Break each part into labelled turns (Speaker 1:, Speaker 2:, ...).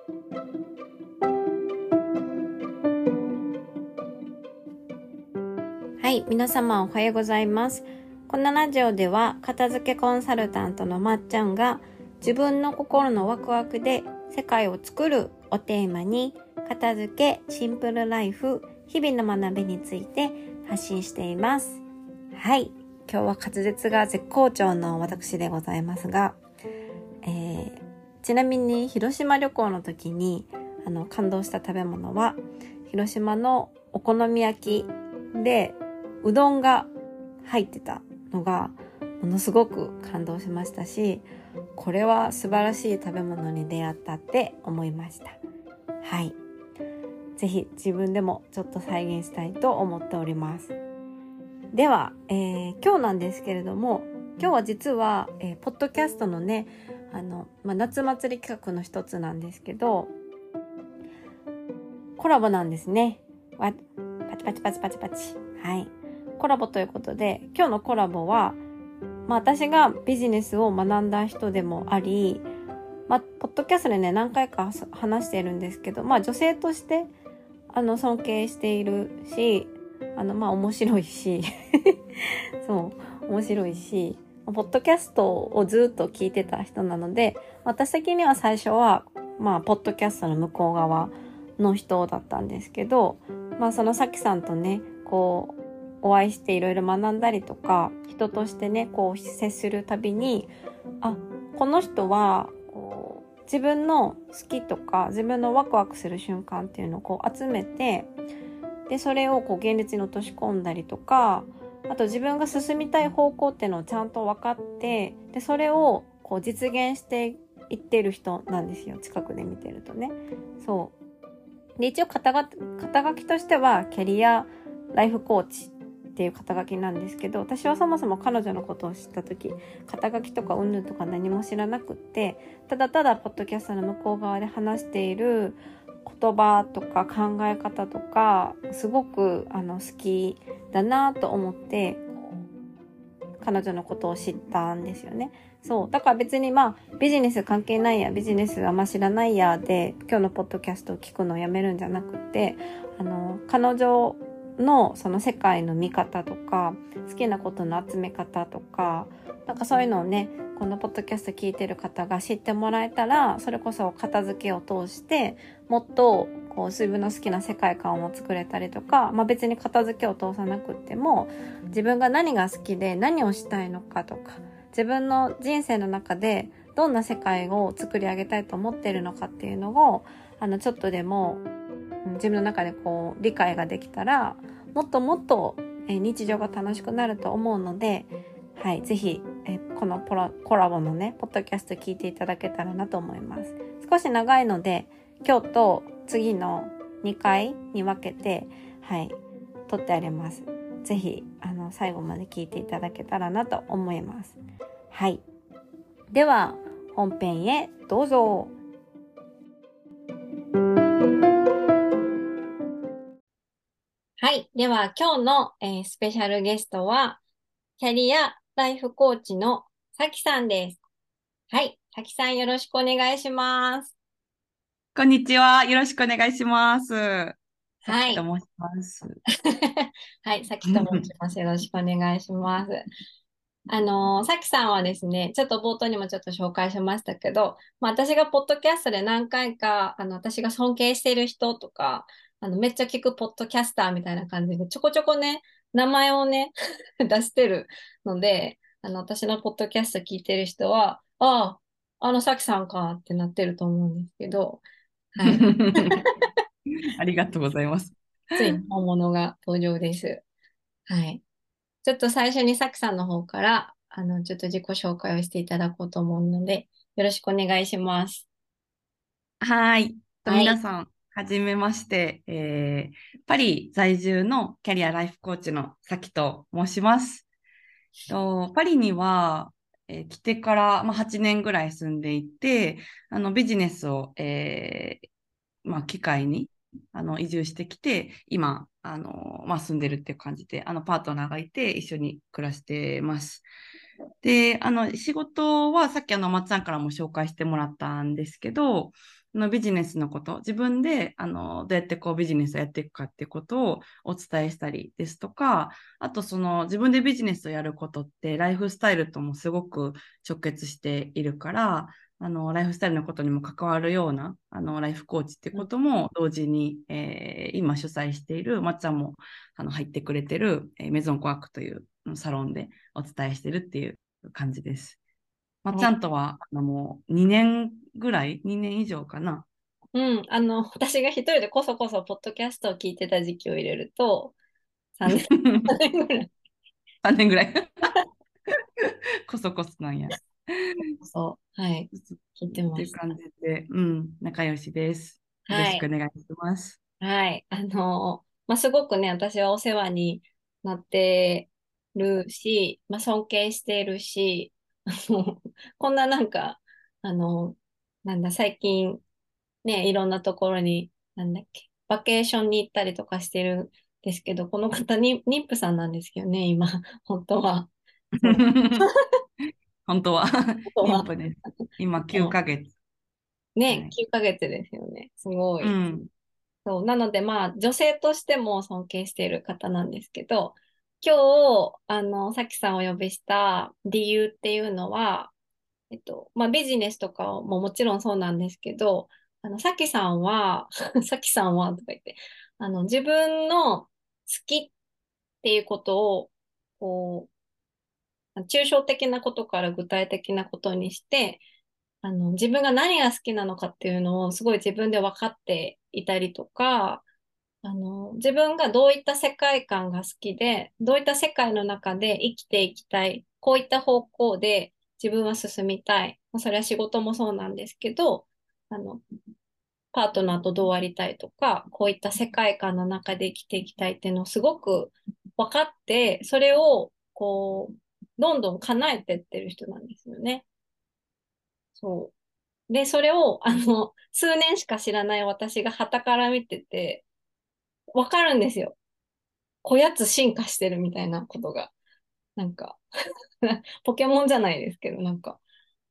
Speaker 1: はい、皆様おはようございます。このラジオでは片付けコンサルタントのまっちゃんが自分の心のワクワクで世界を作るをテーマに片付け、シンプルライフ、日々の学びについて発信しています。はい、今日は滑舌が絶好調の私でございますが、ちなみに広島旅行の時に感動した食べ物は広島のお好み焼きでうどんが入ってたのがものすごく感動しましたし、これは素晴らしい食べ物に出会ったって思いました。はい、ぜひ自分でもちょっと再現したいと思っております。では、今日なんですけれども、今日は実は、ポッドキャストのね夏祭り企画の一つなんですけど、コラボなんですね。パチパチパチパチパチ。はい。コラボということで、今日のコラボは、私がビジネスを学んだ人でもあり、ポッドキャストでね、何回か話しているんですけど、女性として、尊敬しているし、面白いし、そう、面白いし、ポッドキャストをずっと聞いてた人なので、私的には最初は、ポッドキャストの向こう側の人だったんですけど、そのさきさんとね、お会いしていろいろ学んだりとか、人としてね、接するたびに、この人は、自分の好きとか、自分のワクワクする瞬間っていうのを集めて、で、それを現実に落とし込んだりとか、あと自分が進みたい方向っていうのをちゃんと分かって、で、それを実現していってる人なんですよ。近くで見てるとね。そう。で、一応肩書きとしては、キャリアライフコーチっていう肩書きなんですけど、私はそもそも彼女のことを知った時、肩書きとかうんぬんとか何も知らなくって、ただただポッドキャストの向こう側で話している言葉とか考え方とかすごく好きだなと思って彼女のことを知ったんですよね。そうだから別にビジネス関係ないや、ビジネスあんま知らないやで今日のポッドキャストを聞くのをやめるんじゃなくて、彼女のその世界の見方とか好きなことの集め方とかそういうのをね、このポッドキャスト聞いてる方が知ってもらえたら、それこそ片付けを通してもっと自分の好きな世界観を作れたりとか、別に片付けを通さなくっても自分が何が好きで何をしたいのかとか、自分の人生の中でどんな世界を作り上げたいと思っているのかっていうのをちょっとでも自分の中で理解ができたら、もっともっと日常が楽しくなると思うので、はい、ぜひこのコラボのねポッドキャスト聞いていただけたらなと思います。少し長いので今日と次の2回に分けて、はい、撮ってあります。ぜひ最後まで聞いていただけたらなと思います。はい、では本編へどうぞ。はい、では今日の、スペシャルゲストはキャリアライフコーチのさきさんです。はい、さきさんよろしくお願いします。
Speaker 2: こんにちは。よろしくお願いします。さ
Speaker 1: はい。
Speaker 2: きと申します。
Speaker 1: はい、さきと申します。よろしくお願いします。さきさんはですね、ちょっと冒頭にもちょっと紹介しましたけど、私がポッドキャストで何回か、私が尊敬している人とか、めっちゃ聞くポッドキャスターみたいな感じで、ちょこちょこね、名前をね、出してるので、私のポッドキャスト聞いてる人は、さきさんかってなってると思うんですけど、はい。
Speaker 2: ありがとうございます。
Speaker 1: ついに本物が登場です。はい。ちょっと最初にさきさんの方から、ちょっと自己紹介をしていただこうと思うので、よろしくお願いします。
Speaker 2: はい。
Speaker 1: はい。
Speaker 2: 皆さん、はじめまして、パリ在住のキャリアライフコーチのさきと申します。パリには、来てから、8年ぐらい住んでいて、ビジネスを、機会に移住してきて、今、住んでるっていう感じで、パートナーがいて、一緒に暮らしてます。で、仕事はさっき松さんからも紹介してもらったんですけど、 のビジネスのこと、自分でどうやってこうビジネスをやっていくかっていうことをお伝えしたりですとか、あとその自分でビジネスをやることってライフスタイルともすごく直結しているから、ライフスタイルのことにも関わるようなライフコーチっていうことも同時に、今主催しているまっちゃんも入ってくれてる、メゾンコワークというサロンでお伝えしてるっていう感じです。まっちゃんとはもう2年ぐらい、2年以上かな。
Speaker 1: うん、私が一人でこそこそポッドキャストを聞いてた時期を入れると、3年、3年ぐらい。
Speaker 2: 3年ぐらいこそこそなんや。
Speaker 1: そう、はい、聞いて
Speaker 2: っていう
Speaker 1: ました。
Speaker 2: 感じで、うん、仲良しです。よろ
Speaker 1: はい。
Speaker 2: しくお願いします。
Speaker 1: はい。まあ、すごくね、私はお世話になってるし、まあ、尊敬してるし、こんななんか、あの、なんだ、最近ね、いろんなところに、なんだっけ、バケーションに行ったりとかしてるんですけど、この方に、妊婦さんなんですけどね、今、本当は。そう、
Speaker 2: 本当は
Speaker 1: 本当は。
Speaker 2: 妊婦です。今9ヶ月。は
Speaker 1: ね、
Speaker 2: い。
Speaker 1: 9ヶ月ですよね。すごい。
Speaker 2: うん。
Speaker 1: そう、なのでまあ女性としても尊敬している方なんですけど、今日、さきさんをお呼びした理由っていうのは、まあビジネスとかももちろんそうなんですけど、さきさんは、さきさんはとか言って、自分の好きっていうことを、こ抽象的なことから具体的なことにして、自分が何が好きなのかっていうのをすごい自分で分かっていたりとか、自分がどういった世界観が好きで、どういった世界の中で生きていきたい、こういった方向で自分は進みたい。まあそれは仕事もそうなんですけど、あの、パートナーとどうありたいとか、こういった世界観の中で生きていきたいっていうのをすごく分かって、それをどんどん叶えてってる人なんですよね。そう。で、それを、数年しか知らない私が傍から見てて、わかるんですよ。こやつ進化してるみたいなことが。なんかポケモンじゃないですけど、なんか、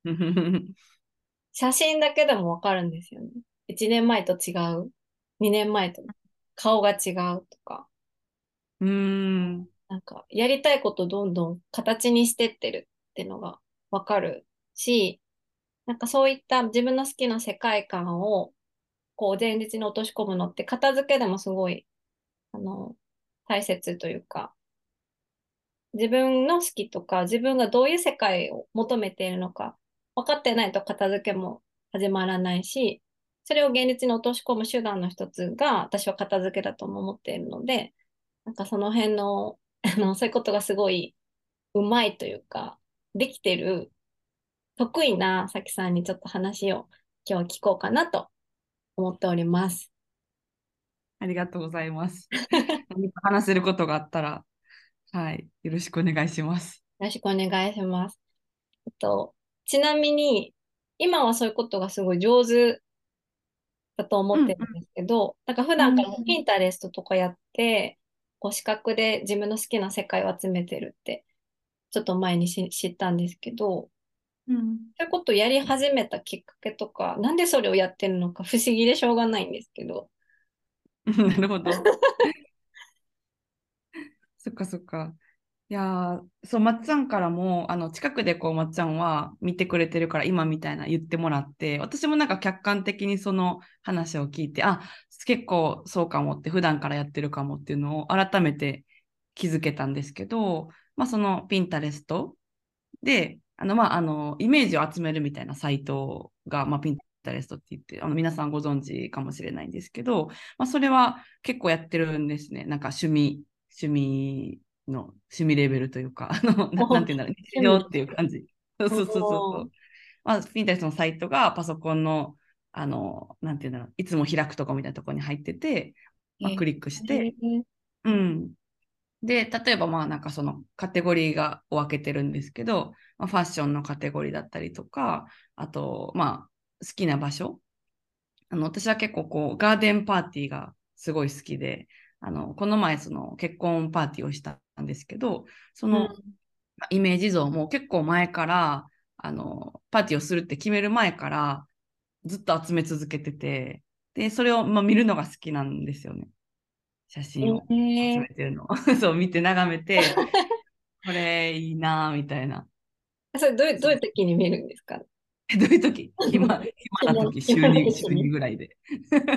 Speaker 1: 写真だけでもわかるんですよね。1年前と違う。2年前と顔が違うとか。
Speaker 2: うーん。
Speaker 1: なんか、やりたいことどんどん形にしてってるってのがわかるし、なんかそういった自分の好きな世界観を前日に落とし込むのって片付けでもすごい、あの、大切というか、自分の好きとか、自分がどういう世界を求めているのか、分かってないと片付けも始まらないし、それを現実に落とし込む手段の一つが、私は片付けだとも思っているので、なんかその辺の、そういうことがすごいうまいというか、できてる、得意なさきさんにちょっと話を今日は聞こうかなと思っております。
Speaker 2: ありがとうございます。何か話せることがあったら、はい、よろしくお願いします。
Speaker 1: よろしくお願いします。えっと、ちなみに、今はそういうことがすごい上手だと思
Speaker 2: うん
Speaker 1: ってるんですけど、なんか普
Speaker 2: うん。
Speaker 1: 段からピンタレストとかやって、視覚で自分の好きな世界を集めてるって、ちょっと前に知ったんですけど、
Speaker 2: うん。
Speaker 1: そういうことをやり始めたきっかけとか、なんでそれをやってるのか不思議でしょうがないんですけど。
Speaker 2: なるほど。そっかそっか。いやそう、まっちゃんからも、近くでこう、まっちゃんは見てくれてるから、今みたいな言ってもらって、私もなんか客観的にその話を聞いて、あ、結構そうかもって、普段からやってるかもっていうのを改めて気づけたんですけど、まあ、そのピンタレストで、イメージを集めるみたいなサイトが、まあ、ピンタレストって言って、皆さんご存知かもしれないんですけど、まあ、それは結構やってるんですね。なんか趣味レベルというか、なんていうんだろう、日
Speaker 1: 趣味。
Speaker 2: 常っていう感じ。そうそうそうそうそ
Speaker 1: おー、
Speaker 2: う。まあ、ピンタレストのサイトがパソコンの、なんていうんだろう、いつも開くとこみたいなところに入ってて、まあ、クリックして、うん。で、例えばまあなんかそのカテゴリーが分けてるんですけど、まあ、ファッションのカテゴリーだったりとか、あとまあ好きな場所。私は結構こうガーデンパーティーがすごい好きで、この前その結婚パーティーをしたんですけど、そ
Speaker 1: うん。
Speaker 2: のイメージ像も結構前から、パーティーをするって決める前からずっと集め続けてて、で、それを、まあ、見るのが好きなんですよね。写真を集め
Speaker 1: ええ
Speaker 2: てるのを。そう、見て眺めて、これいいなぁ、みたいな。
Speaker 1: それどういう
Speaker 2: そう。
Speaker 1: 時に見るんですか？
Speaker 2: どういう時暇な時、
Speaker 1: 暇な
Speaker 2: 週2
Speaker 1: 時に。
Speaker 2: ぐらいで。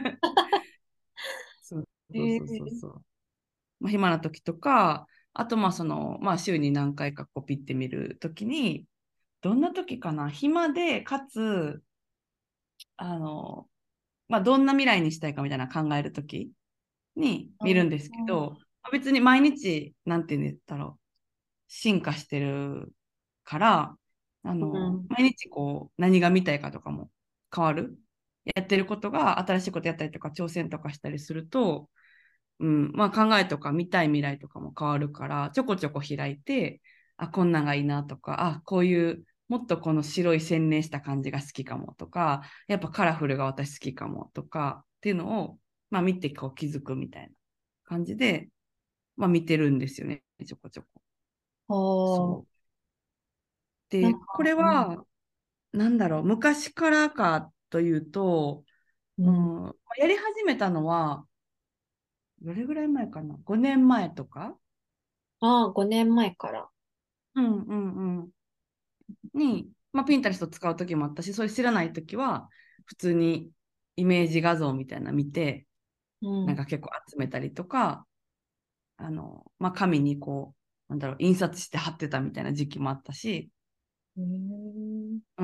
Speaker 2: そうそうそうそう
Speaker 1: ええ
Speaker 2: そう。まあ、暇な時とか、あとまあその、まあ週に何回かこうピッて見る時に、どんな時かな、暇で、かつ、あの、まあどんな未来にしたいかみたいな考える時に見るんですけど、別に毎日、なんて言うんだろう、進化してるから、
Speaker 1: うん。
Speaker 2: 毎日こう、何が見たいかとかも変わる。やってることが新しいことやったりとか挑戦とかしたりすると、うん、まあ考えとか見たい未来とかも変わるから、ちょこちょこ開いて、あ、こんなんがいいなとか、あ、こういう、もっとこの白い洗練した感じが好きかもとか、やっぱカラフルが私好きかもとかっていうのを、まあ見てこう気づくみたいな感じで、まあ見てるんですよね、ちょこちょこ。
Speaker 1: おー、
Speaker 2: そう。で、
Speaker 1: なんか、
Speaker 2: これは、なんだろう、昔からかというと、
Speaker 1: うん。
Speaker 2: うん、やり始めたのは、どれぐらい前かな？ 5 年前とか、
Speaker 1: ああ、5年前から。
Speaker 2: うんうんうん。に、まあ、ピンタレスト使う時もあったし、それ知らない時は、普通にイメージ画像みたいなの見て、
Speaker 1: うん。
Speaker 2: なんか結構集めたりとか、まあ、紙にこう、なんだろう、印刷して貼ってたみたいな時期もあったし、
Speaker 1: うーん。
Speaker 2: うん。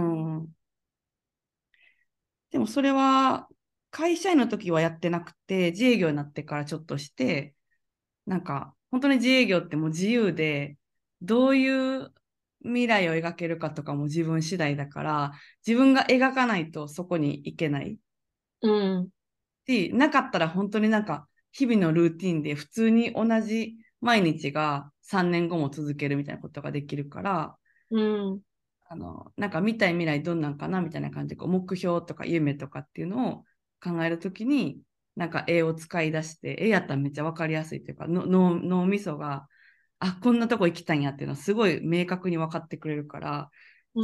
Speaker 2: でもそれは、会社員の時はやってなくて、自営業になってからちょっとして、なんか、本当に自営業ってもう自由で、どういう未来を描けるかとかも自分次第だから、自分が描かないとそこに行けない
Speaker 1: うん。
Speaker 2: し、なかったら本当になんか、日々のルーティンで普通に同じ毎日が3年後も続けるみたいなことができるから、
Speaker 1: うん。
Speaker 2: なんか見たい未来どんなんかなみたいな感じで、こう目標とか夢とかっていうのを考えるときに、なんか絵を使い出して、絵やったらめっちゃわかりやすいというか、脳みそが、あ、こんなとこ行きたいんやっていうのはすごい明確に分かってくれるから、
Speaker 1: うん。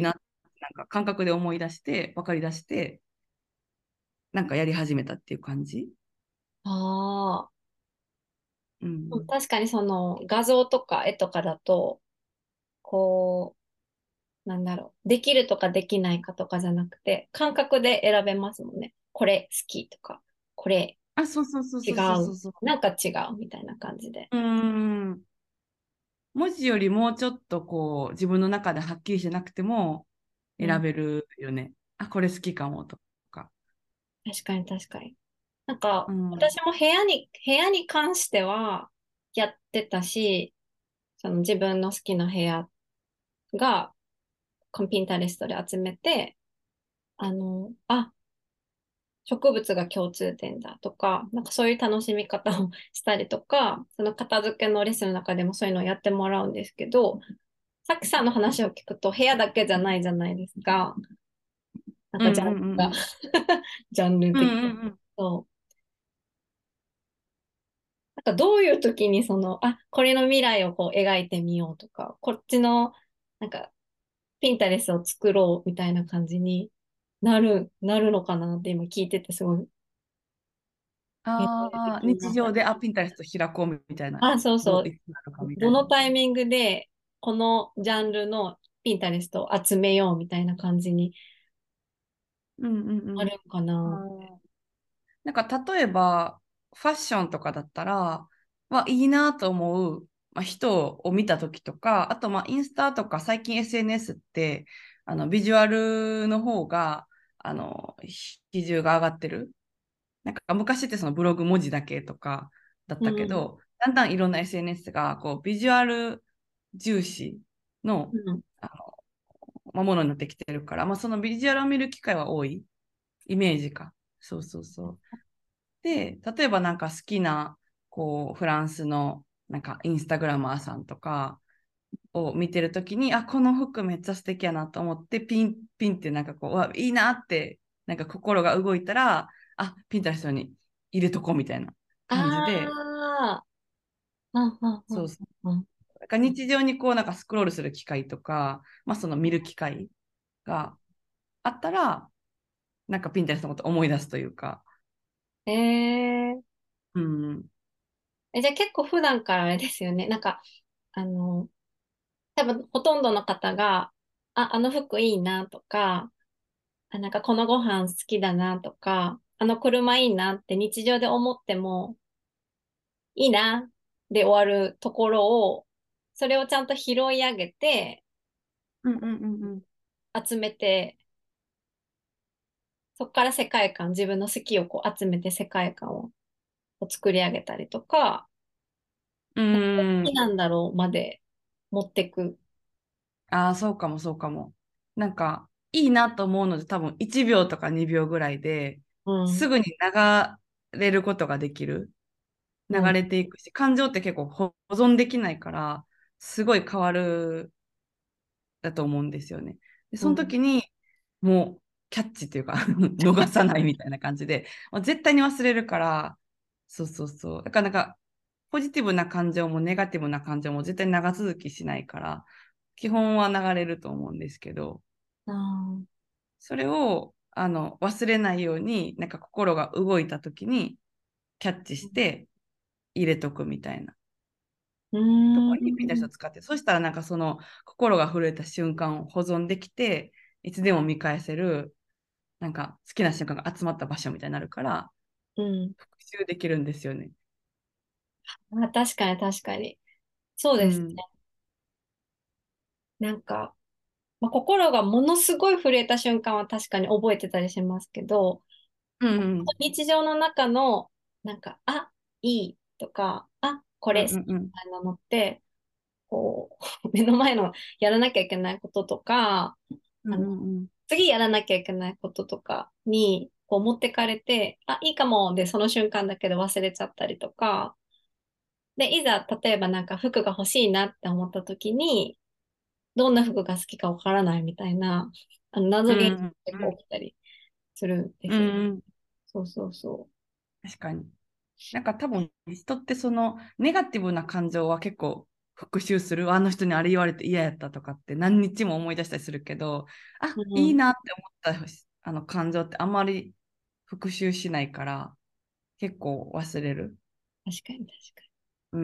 Speaker 2: すごいいいな、なんか感覚で思い出して、分かり出して、なんかやり始めたっていう感じ。
Speaker 1: ああ。
Speaker 2: うん。
Speaker 1: 確かにその画像とか絵とかだと、こなんだろう、できるとかできないかとかじゃなくて、感覚で選べますもんね。これ好きとか、これ
Speaker 2: あ、そうそうそう
Speaker 1: 違
Speaker 2: そうそうそ
Speaker 1: う、
Speaker 2: うそう。
Speaker 1: なんか違うみたいな感じで。
Speaker 2: うーん。文字よりもうちょっとこう、自分の中ではっきりしてなくても
Speaker 1: うん、
Speaker 2: 選べるよね。あ、これ好きかもとか。
Speaker 1: 確かに確かに。なんか、
Speaker 2: うん。
Speaker 1: 私も部屋に関してはやってたし、その自分の好きな部屋がコンピンタレストで集めて、植物が共通点だとか、なんかそういう楽しみ方をしたりとか、その片付けのレッスンの中でもそういうのをやってもらうんですけど、さっきさんの話を聞くと部屋だけじゃないじゃないですか。なんかジャンル
Speaker 2: うんうんうん
Speaker 1: が
Speaker 2: うん。
Speaker 1: ジャンル
Speaker 2: うん
Speaker 1: 的に。
Speaker 2: うんうん。
Speaker 1: そう。なんかどういう時にその、これの未来をこう描いてみようとか、こっちの、なんか、ピンタレスを作ろうみたいな感じになるのかなって今聞いててすごい、
Speaker 2: ああ、
Speaker 1: 気になった。
Speaker 2: 日常で、あ、ピンタレスト開こうみたいな。
Speaker 1: そうそう。
Speaker 2: いつなるかみた
Speaker 1: ど
Speaker 2: いな。
Speaker 1: のタイミングでこのジャンルのピンタレストを集めようみたいな感じに
Speaker 2: うんうんうん。
Speaker 1: なるんかな。
Speaker 2: あー、なんか例えば、ファッションとかだったら、いいなと思う、まあ、人を見たときとか、あとまあインスタとか最近 SNS って、ビジュアルの方が、比重が上がってる。なんか昔ってそのブログ文字だけとかだっ
Speaker 1: うん。
Speaker 2: たけど、だんだんいろんな SNS がこうビジュアル重視の、
Speaker 1: うん。
Speaker 2: あものになってきてるから、まあ、そのビジュアルを見る機会は多い。イメージか。そうそうそう。で、例えばなんか好きな、こう、フランスの、なんかインスタグラマーさんとかを見てるときに、あ、この服めっちゃ素敵やなと思って、ピン、ピンってなんかこう、いいなって、なんか心が動いたら、あ、ピンタレストに入れとこうみたいな感じで、
Speaker 1: ああ、うんうんうん
Speaker 2: そうそう。
Speaker 1: うん。
Speaker 2: なんか日常にこう、なんかスクロールする機会とか、まあその見る機会があったら、 なんかピンタレストのこと思い出すというか。
Speaker 1: えー、
Speaker 2: うん。
Speaker 1: じゃあ結構普段からあれですよね。なんか、あの、多分ほとんどの方が、あの服いいなとか、なんかこのご飯好きだなとか、あの車いいなって日常で思っても、いいなで終わるところを、それをちゃんと拾い上げて、
Speaker 2: うんうんうんうん。
Speaker 1: 集めて、そこから世界観、自分の好きをこう集めて世界観を作り上げたりとか、
Speaker 2: う
Speaker 1: なんか好
Speaker 2: ーん。
Speaker 1: きなんだろうまで持ってく。
Speaker 2: ああ、そうかもそうかも。なんか、いいなと思うので多分1秒とか2秒ぐらいで
Speaker 1: うん、
Speaker 2: すぐに流れることができる。流
Speaker 1: うん、
Speaker 2: れていくし、感情って結構保存できないから、すごい変わるだと思うんですよね。で、その
Speaker 1: うん。
Speaker 2: 時にもうキャッチっていうか逃さないみたいな感じで、もう絶対に忘れるから、そうそうそう。だからなんか、ポジティブな感情もネガティブな感情も絶対長続きしないから、基本は流れると思うんですけど、
Speaker 1: あー
Speaker 2: それを忘れないように、なんか心が動いた時にキャッチして入れとくみたいな
Speaker 1: う
Speaker 2: と
Speaker 1: ー
Speaker 2: こにピンタレスト
Speaker 1: ん。
Speaker 2: を使って、そしたらなんかその心が震えた瞬間を保存できて、いつでも見返せる、なんか好きな瞬間が集まった場所みたいになるから、
Speaker 1: うん。
Speaker 2: 復習できるんですよね。
Speaker 1: 確かに確かに。そうですね。
Speaker 2: うん。
Speaker 1: なんか、まあ、心がものすごい震えた瞬間は確かに覚えてたりしますけど、
Speaker 2: うんうん。
Speaker 1: 日常の中の、なんか、いいとか、こ
Speaker 2: うん
Speaker 1: れ好きみ
Speaker 2: うんうん。
Speaker 1: たいなのって、こう、目の前のやらなきゃいけないこととか、
Speaker 2: うん
Speaker 1: あの、
Speaker 2: うんうん。
Speaker 1: 次やらなきゃいけないこととかに、こう持ってかれて、いいかもで、その瞬間だけで忘れちゃったりとか、で、いざ、例えばなんか服が欲しいなって思った時に、どんな服が好きかわからないみたいな、謎現象が
Speaker 2: うん
Speaker 1: 結
Speaker 2: うん
Speaker 1: 構起きたりするんで
Speaker 2: うん。
Speaker 1: すよ。
Speaker 2: うん。
Speaker 1: そうそうそ
Speaker 2: 確かに。なんか多分人ってそのネガティブな感情は結構復習する。あの人にあれ言われて嫌やったとかって何日も思い出したりするけど、
Speaker 1: う。うん。
Speaker 2: いいなって思った感情ってあんまり復習しないから結構忘れる。
Speaker 1: 確かに確か
Speaker 2: うん。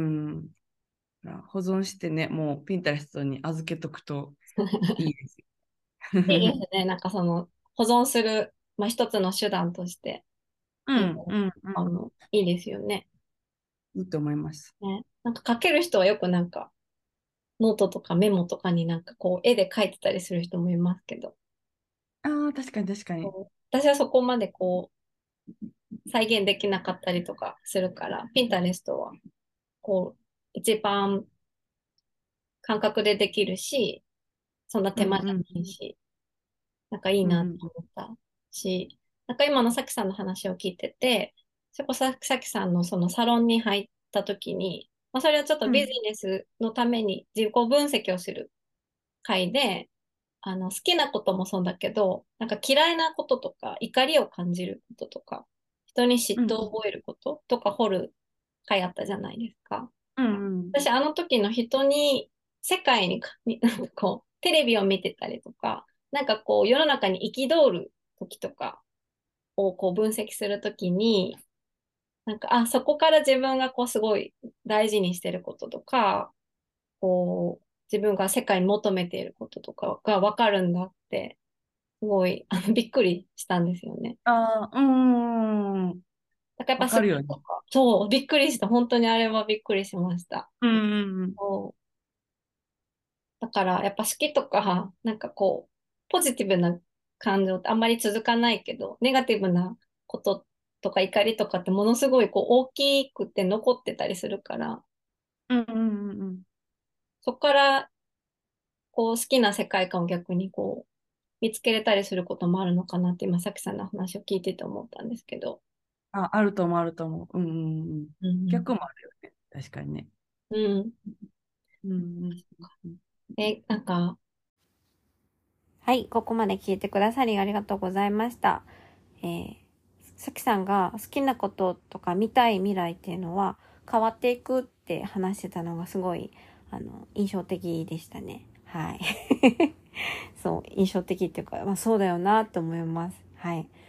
Speaker 2: だから保存してね、もうピンタレストに預けとくといいですよ。
Speaker 1: に。いいですね。なんかその、保存する、まあ、一つの手段として、ピンタ
Speaker 2: うん、うん、うん。
Speaker 1: いいですよね。
Speaker 2: いいと思います。
Speaker 1: ね。なんか書ける人はよくなんか、ノートとかメモとかになんかこう、絵で描いてたりする人もいますけど、
Speaker 2: ああ、確かに確かに。
Speaker 1: 私はそこまでこう、再現できなかったりとかするから、ピンタレストは、こう、一番感覚でできるし、そんな
Speaker 2: うん、
Speaker 1: 手間じゃ
Speaker 2: うん、
Speaker 1: ないし、なんかいい
Speaker 2: うん、
Speaker 1: なと
Speaker 2: うん。
Speaker 1: 思ったし、なんか今のさきさんの話を聞いてて、そこさきさんのそのサロンに入った時に、まあ、それはちょっとビジ
Speaker 2: うん
Speaker 1: ネスのために自己分析をする回で、好きなこともそうだけど、なんか嫌いなこととか、怒りを感じることとか、人に嫉妬を
Speaker 2: うん
Speaker 1: 覚えることとか掘る回あったじゃないですか。
Speaker 2: うんうん
Speaker 1: 私、あの時の人に、世界になんかこう、テレビを見てたりとか、なんかこう、世の中に憤る時とかをこう分析するときに、なんか、そこから自分がこう、すごい大事にしてることとか、こう、自分が世界に求めていることとかがわかるんだって、すごい、びっくりしたんですよね。
Speaker 2: ああ、うーん。
Speaker 1: だからやっぱ好
Speaker 2: わかるよね。
Speaker 1: きとか、そう、びっくりした。本当にあれはびっくりしました。
Speaker 2: うんうんうん。
Speaker 1: そうだからやっぱ好きとか、なんかこう、ポジティブな感情ってあんまり続かないけど、ネガティブなこととか怒りとかってものすごいこう大きくて残ってたりするから、
Speaker 2: うんうんうんうん。
Speaker 1: そこからこう好きな世界観を逆にこう見つけれたりすることもあるのかなって今さきさんの話を聞いてて思ったんですけど。
Speaker 2: あると思う、あると思う。うんうんうん。
Speaker 1: うん
Speaker 2: 逆もあるよね。確かにね。
Speaker 1: うん。うん。
Speaker 2: うんうんうん。
Speaker 1: なんか、はい、ここまで聞いてくださりありがとうございました。さきさんが好きなこととか見たい未来っていうのは変わっていくって話してたのがすごい、印象的でしたね。はい。そう、印象的っていうか、まあそうだよなって思います。はい。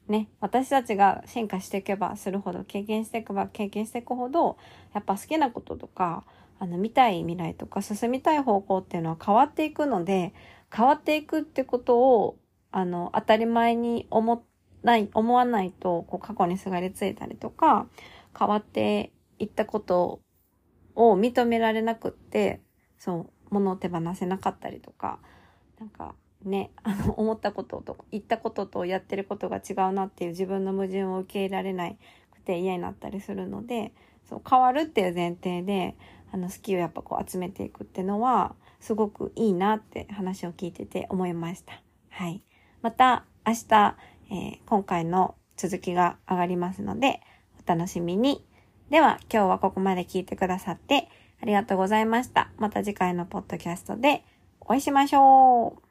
Speaker 1: ね、私たちが進化していけばするほど、経験していけば経験していくほど、やっぱ好きなこととか、見たい未来とか進みたい方向っていうのは変わっていくので、変わっていくってことを、当たり前に思わないと、こう過去にすがりついたりとか、変わっていったことを認められなくって、物を手放せなかったりとか、なんかね、思ったことと言ったこととやってることが違うなっていう自分の矛盾を受け入れられなくて嫌になったりするので、変わるっていう前提で、好きをやっぱこう集めていくっていうのは、すごくいいなって話を聞いてて思いました。はい。また明日、今回の続きが上がりますので、お楽しみに。では、今日はここまで聞いてくださってありがとうございました。また次回のポッドキャストでお会いしましょう。